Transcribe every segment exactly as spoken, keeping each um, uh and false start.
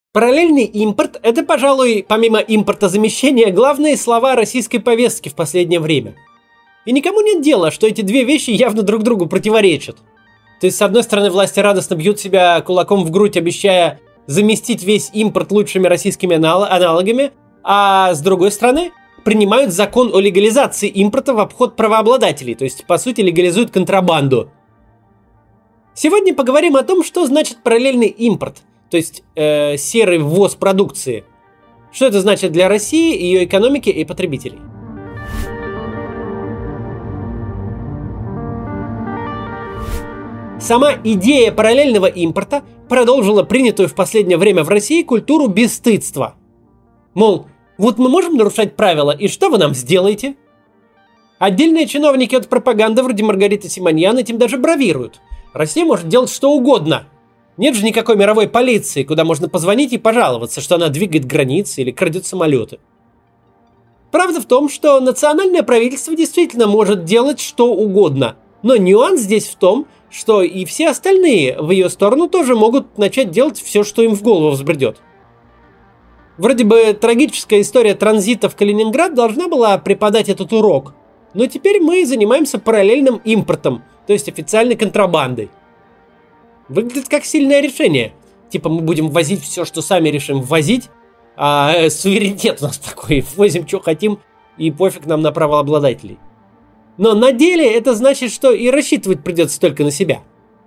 Параллельный импорт – это, пожалуй, помимо импортозамещения, главные слова российской повестки в последнее время. И никому нет дела, что эти две вещи явно друг другу противоречат. То есть, с одной стороны, власти радостно бьют себя кулаком в грудь, обещая заместить весь импорт лучшими российскими аналогами, а с другой стороны, принимают закон о легализации импорта в обход правообладателей, то есть, по сути, легализуют контрабанду. Сегодня поговорим о том, что значит параллельный импорт, то есть э, серый ввоз продукции. Что это значит для России, ее экономики и потребителей. Сама идея параллельного импорта продолжила принятую в последнее время в России культуру бесстыдства. Мол, вот мы можем нарушать правила, и что вы нам сделаете? Отдельные чиновники от пропаганды вроде Маргариты Симоньян этим даже бравируют. Россия может делать что угодно. Нет же никакой мировой полиции, куда можно позвонить и пожаловаться, что она двигает границы или крадет самолеты. Правда в том, что национальное правительство действительно может делать что угодно. Но нюанс здесь в том, что и все остальные в ее сторону тоже могут начать делать все, что им в голову взбредет. Вроде бы трагическая история транзита в Калининград должна была преподать этот урок. Но теперь мы занимаемся параллельным импортом, то есть официальной контрабандой. Выглядит как сильное решение. Типа мы будем возить все, что сами решим ввозить, а э, суверенитет у нас такой, возим, что хотим, и пофиг нам на правообладателей. Но на деле это значит, что и рассчитывать придется только на себя.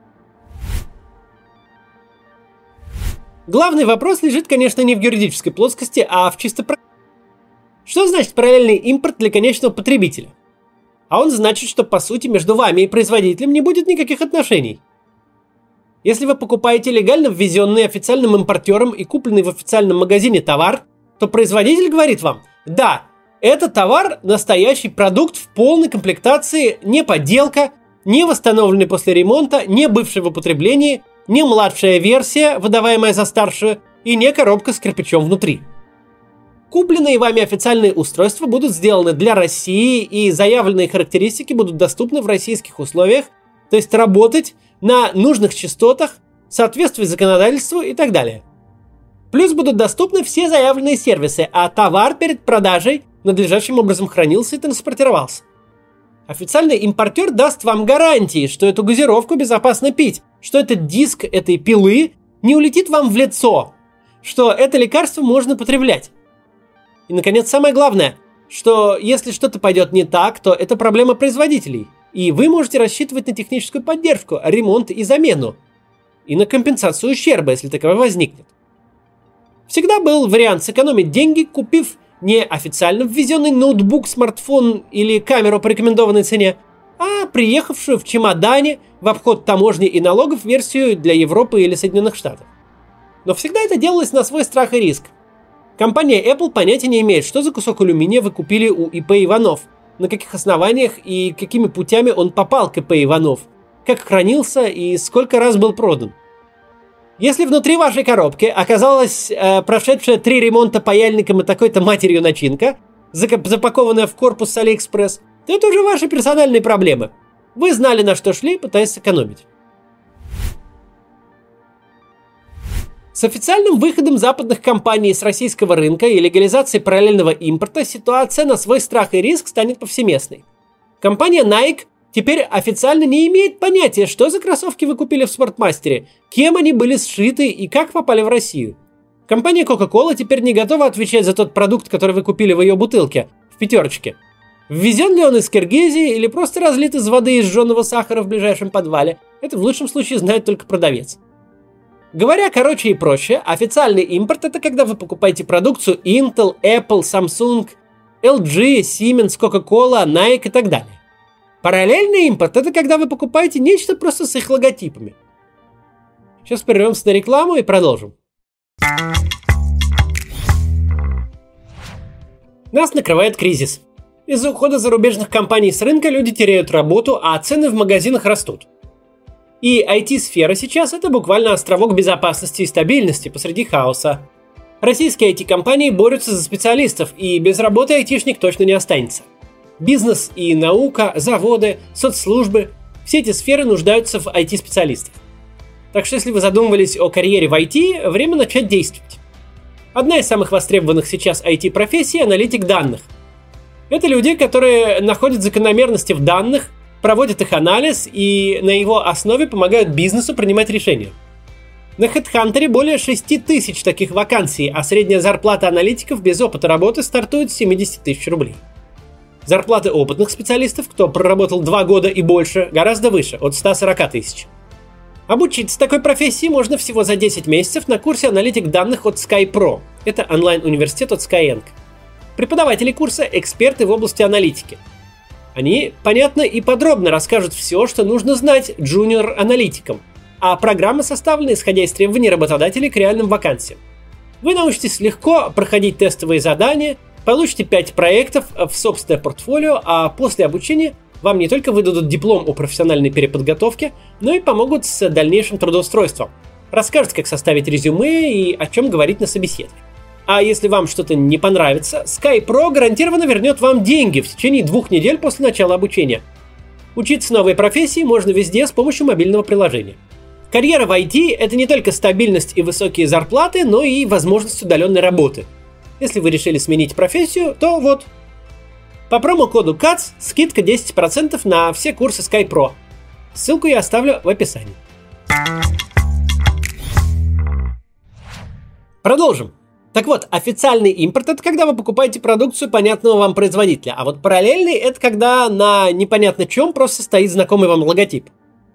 Главный вопрос лежит, конечно, не в юридической плоскости, а в чисто практической. Что значит параллельный импорт для конечного потребителя? А он значит, что по сути между вами и производителем не будет никаких отношений. Если вы покупаете легально ввезенный официальным импортером и купленный в официальном магазине товар, то производитель говорит вам: да, этот товар – настоящий продукт в полной комплектации, не подделка, не восстановленный после ремонта, не бывший в употреблении, не младшая версия, выдаваемая за старшую, и не коробка с кирпичом внутри. Купленные вами официальные устройства будут сделаны для России, и заявленные характеристики будут доступны в российских условиях, то есть работать на нужных частотах, в соответствии с законодательству и так далее. Плюс будут доступны все заявленные сервисы, а товар перед продажей надлежащим образом хранился и транспортировался. Официальный импортер даст вам гарантии, что эту газировку безопасно пить, что этот диск этой пилы не улетит вам в лицо, что это лекарство можно потреблять. И, наконец, самое главное, что если что-то пойдет не так, то это проблема производителей, и вы можете рассчитывать на техническую поддержку, ремонт и замену, и на компенсацию ущерба, если таковой возникнет. Всегда был вариант сэкономить деньги, купив не официально ввезенный ноутбук, смартфон или камеру по рекомендованной цене, а приехавшую в чемодане в обход таможни и налогов версию для Европы или Соединенных Штатов. Но всегда это делалось на свой страх и риск. Компания Apple понятия не имеет, что за кусок алюминия вы купили у и пэ Иванов, на каких основаниях и какими путями он попал к и пэ Иванов, как хранился и сколько раз был продан. Если внутри вашей коробки оказалась э, прошедшая три ремонта паяльником и такой-то матерью начинка, запакованная в корпус с Алиэкспресс, то это уже ваши персональные проблемы. Вы знали, на что шли, пытаясь сэкономить. С официальным выходом западных компаний с российского рынка и легализацией параллельного импорта ситуация на свой страх и риск станет повсеместной. Компания Nike теперь официально не имеет понятия, что за кроссовки вы купили в Спортмастере, кем они были сшиты и как попали в Россию. Компания Coca-Cola теперь не готова отвечать за тот продукт, который вы купили в ее бутылке, в пятерочке. Ввезен ли он из Киргизии или просто разлит из воды из жженого сахара в ближайшем подвале, это в лучшем случае знает только продавец. Говоря короче и проще, официальный импорт – это когда вы покупаете продукцию Intel, Apple, Samsung, эл джи, Siemens, Coca-Cola, Nike и так далее. Параллельный импорт – это когда вы покупаете нечто просто с их логотипами. Сейчас прервемся на рекламу и продолжим. Нас накрывает кризис. Из-за ухода зарубежных компаний с рынка люди теряют работу, а цены в магазинах растут. И ай ти-сфера сейчас – это буквально островок безопасности и стабильности посреди хаоса. Российские ай ти-компании борются за специалистов, и без работы айтишник точно не останется. Бизнес и наука, заводы, соцслужбы – все эти сферы нуждаются в ай ти-специалистах. Так что если вы задумывались о карьере в ай ти, время начать действовать. Одна из самых востребованных сейчас ай ти-профессий – аналитик данных. Это люди, которые находят закономерности в данных, проводят их анализ и на его основе помогают бизнесу принимать решения. На HeadHunter более шесть тысяч таких вакансий, а средняя зарплата аналитиков без опыта работы стартует с семьдесят тысяч рублей. Зарплаты опытных специалистов, кто проработал два года и больше, гораздо выше, от ста сорока тысяч. Обучиться такой профессии можно всего за десять месяцев на курсе «Аналитик данных» от SkyPro. Это онлайн-университет от Skyeng. Преподаватели курса – эксперты в области аналитики. Они понятно и подробно расскажут все, что нужно знать джуниор-аналитикам, а программа составлена исходя из требований работодателей к реальным вакансиям. Вы научитесь легко проходить тестовые задания, получите пять проектов в собственное портфолио, а после обучения вам не только выдадут диплом о профессиональной переподготовке, но и помогут с дальнейшим трудоустройством. Расскажут, как составить резюме и о чем говорить на собеседовании. А если вам что-то не понравится, SkyPro гарантированно вернет вам деньги в течение двух недель после начала обучения. Учиться новой профессии можно везде с помощью мобильного приложения. Карьера в ай ти – это не только стабильность и высокие зарплаты, но и возможность удаленной работы. Если вы решили сменить профессию, то вот. По промокоду кац скидка десять процентов на все курсы SkyPro. Ссылку я оставлю в описании. Продолжим. Так вот, официальный импорт – это когда вы покупаете продукцию понятного вам производителя, а вот параллельный – это когда на непонятно чем просто стоит знакомый вам логотип.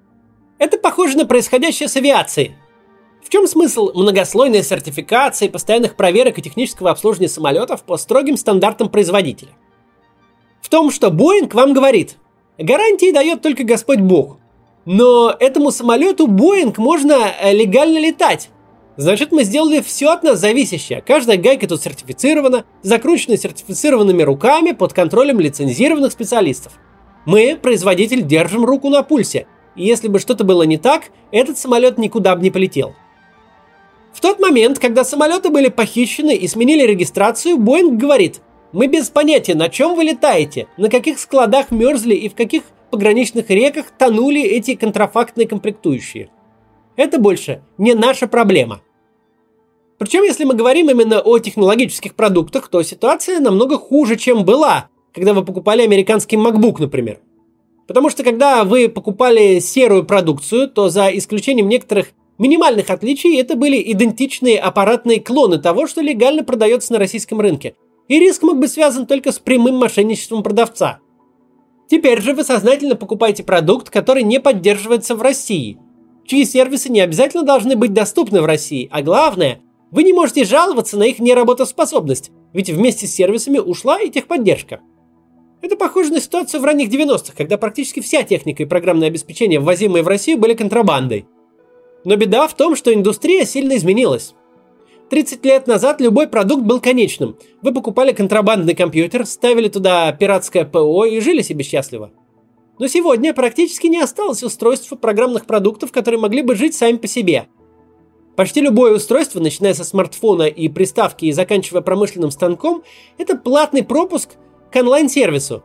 Это похоже на происходящее с авиацией. В чем смысл многослойной сертификации, постоянных проверок и технического обслуживания самолетов по строгим стандартам производителя? В том, что Boeing вам говорит: гарантии дает только Господь Бог. Но этому самолету Boeing можно легально летать. Значит, мы сделали все от нас зависящее. Каждая гайка тут сертифицирована, закручена сертифицированными руками под контролем лицензированных специалистов. Мы, производитель, держим руку на пульсе. И если бы что-то было не так, этот самолет никуда бы не полетел. В тот момент, когда самолеты были похищены и сменили регистрацию, Boeing говорит: мы без понятия, на чем вы летаете, на каких складах мерзли и в каких пограничных реках тонули эти контрафактные комплектующие. Это больше не наша проблема. Причем, если мы говорим именно о технологических продуктах, то ситуация намного хуже, чем была, когда вы покупали американский MacBook, например. Потому что когда вы покупали серую продукцию, то за исключением некоторых минимальных отличий это были идентичные аппаратные клоны того, что легально продается на российском рынке. И риск мог быть связан только с прямым мошенничеством продавца. Теперь же вы сознательно покупаете продукт, который не поддерживается в России, чьи сервисы не обязательно должны быть доступны в России, а главное, вы не можете жаловаться на их неработоспособность, ведь вместе с сервисами ушла и техподдержка. Это похоже на ситуацию в ранних девяностых, когда практически вся техника и программное обеспечение, ввозимые в Россию, были контрабандой. Но беда в том, что индустрия сильно изменилась. тридцать лет назад любой продукт был конечным. Вы покупали контрабандный компьютер, ставили туда пиратское ПО и жили себе счастливо. Но сегодня практически не осталось устройств и программных продуктов, которые могли бы жить сами по себе. Почти любое устройство, начиная со смартфона и приставки и заканчивая промышленным станком, это платный пропуск к онлайн-сервису.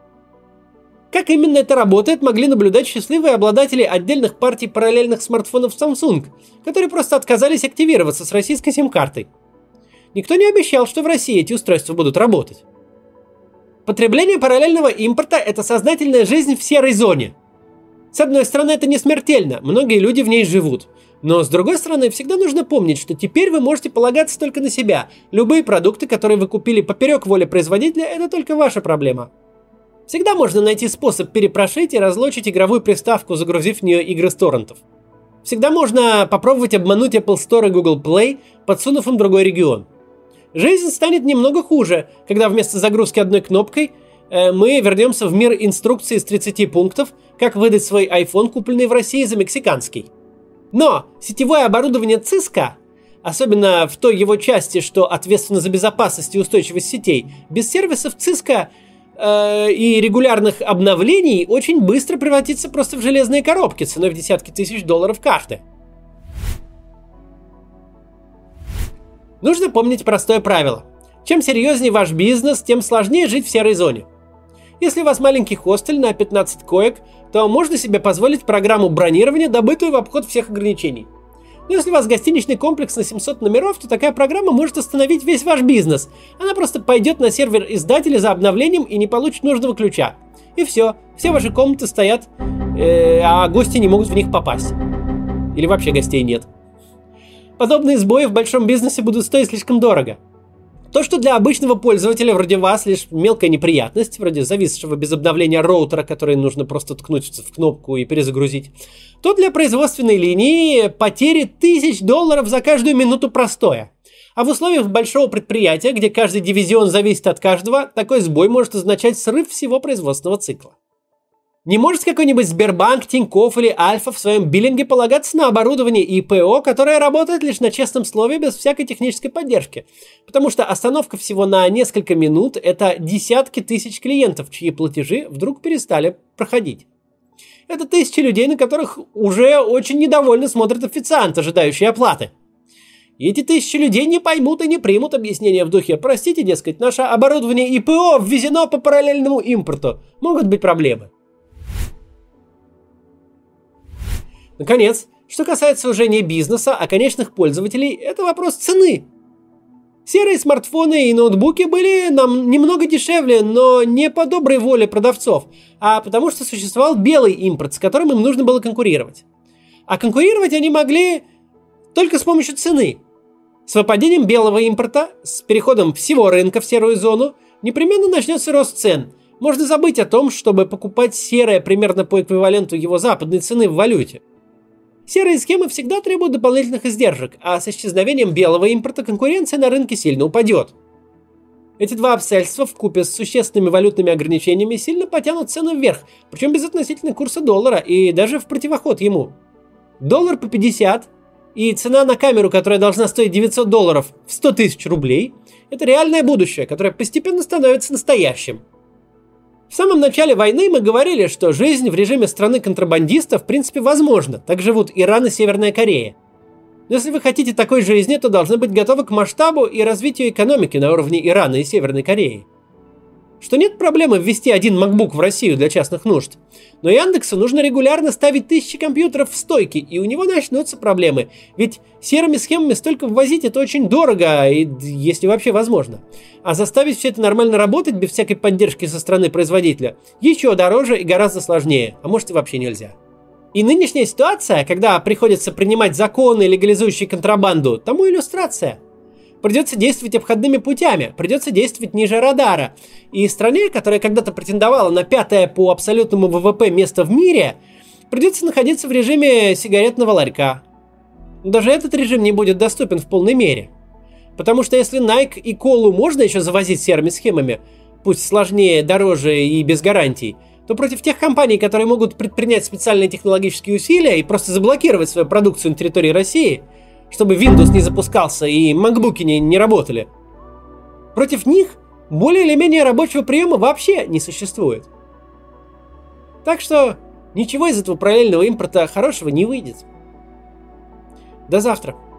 Как именно это работает, могли наблюдать счастливые обладатели отдельных партий параллельных смартфонов Samsung, которые просто отказались активироваться с российской сим-картой. Никто не обещал, что в России эти устройства будут работать. Потребление параллельного импорта – это сознательная жизнь в серой зоне. С одной стороны, это не смертельно, многие люди в ней живут. Но с другой стороны, всегда нужно помнить, что теперь вы можете полагаться только на себя. Любые продукты, которые вы купили поперек воли производителя, это только ваша проблема. Всегда можно найти способ перепрошить и разлочить игровую приставку, загрузив в нее игры с торрентов. Всегда можно попробовать обмануть Apple Store и Google Play, подсунув им другой регион. Жизнь станет немного хуже, когда вместо загрузки одной кнопкой э, мы вернемся в мир инструкции из тридцати пунктов, как выдать свой iPhone, купленный в России за мексиканский. Но сетевое оборудование Cisco, особенно в той его части, что ответственно за безопасность и устойчивость сетей, без сервисов Cisco э, и регулярных обновлений очень быстро превратится просто в железные коробки ценой в десятки тысяч долларов каждая. Нужно помнить простое правило. Чем серьезнее ваш бизнес, тем сложнее жить в серой зоне. Если у вас маленький хостель на пятнадцать коек, то можно себе позволить программу бронирования, добытую в обход всех ограничений. Но если у вас гостиничный комплекс на семьсот номеров, то такая программа может остановить весь ваш бизнес. Она просто пойдет на сервер издателя за обновлением и не получит нужного ключа. И все. Все ваши комнаты стоят, э, а гости не могут в них попасть. Или вообще гостей нет. Подобные сбои в большом бизнесе будут стоить слишком дорого. То, что для обычного пользователя вроде вас лишь мелкая неприятность, вроде зависшего без обновления роутера, который нужно просто ткнуть в кнопку и перезагрузить, то для производственной линии потери тысяч долларов за каждую минуту простоя. А в условиях большого предприятия, где каждый дивизион зависит от каждого, такой сбой может означать срыв всего производственного цикла. Не может какой-нибудь Сбербанк, Тинькофф или Альфа в своем биллинге полагаться на оборудование и ПО, которое работает лишь на честном слове без всякой технической поддержки. Потому что остановка всего на несколько минут – это десятки тысяч клиентов, чьи платежи вдруг перестали проходить. Это тысячи людей, на которых уже очень недовольно смотрит официант, ожидающий оплаты. И эти тысячи людей не поймут и не примут объяснения в духе: простите, дескать, наше оборудование и ПО ввезено по параллельному импорту. Могут быть проблемы. Наконец, что касается уже не бизнеса, а конечных пользователей, это вопрос цены. Серые смартфоны и ноутбуки были нам немного дешевле, но не по доброй воле продавцов, а потому что существовал белый импорт, с которым им нужно было конкурировать. А конкурировать они могли только с помощью цены. С выпадением белого импорта, с переходом всего рынка в серую зону, непременно начнется рост цен. Можно забыть о том, чтобы покупать серое примерно по эквиваленту его западной цены в валюте. Серые схемы всегда требуют дополнительных издержек, а с исчезновением белого импорта конкуренция на рынке сильно упадет. Эти два обстоятельства вкупе с существенными валютными ограничениями сильно потянут цену вверх, причем безотносительно курса доллара и даже в противоход ему. Доллар по пятьдесят и цена на камеру, которая должна стоить девятьсот долларов, в сто тысяч рублей, это реальное будущее, которое постепенно становится настоящим. В самом начале войны мы говорили, что жизнь в режиме страны контрабандиста в принципе возможна. Так живут Иран и Северная Корея. Но если вы хотите такой жизни, то должны быть готовы к масштабу и развитию экономики на уровне Ирана и Северной Кореи. Что нет проблемы ввести один MacBook в Россию для частных нужд. Но Яндексу нужно регулярно ставить тысячи компьютеров в стойки, и у него начнутся проблемы. Ведь серыми схемами столько ввозить это очень дорого, и, если вообще возможно. А заставить все это нормально работать без всякой поддержки со стороны производителя еще дороже и гораздо сложнее, а может и вообще нельзя. И нынешняя ситуация, когда приходится принимать законы, легализующие контрабанду, тому иллюстрация. Придется действовать обходными путями, придется действовать ниже радара. И стране, которая когда-то претендовала на пятое по абсолютному ВВП место в мире, придется находиться в режиме сигаретного ларька. Но даже этот режим не будет доступен в полной мере. Потому что если Nike и Колу можно еще завозить серыми схемами, пусть сложнее, дороже и без гарантий, то против тех компаний, которые могут предпринять специальные технологические усилия и просто заблокировать свою продукцию на территории России, чтобы Windows не запускался и MacBook'и не, не работали. Против них более или менее рабочего приема вообще не существует. Так что ничего из этого параллельного импорта хорошего не выйдет. До завтра.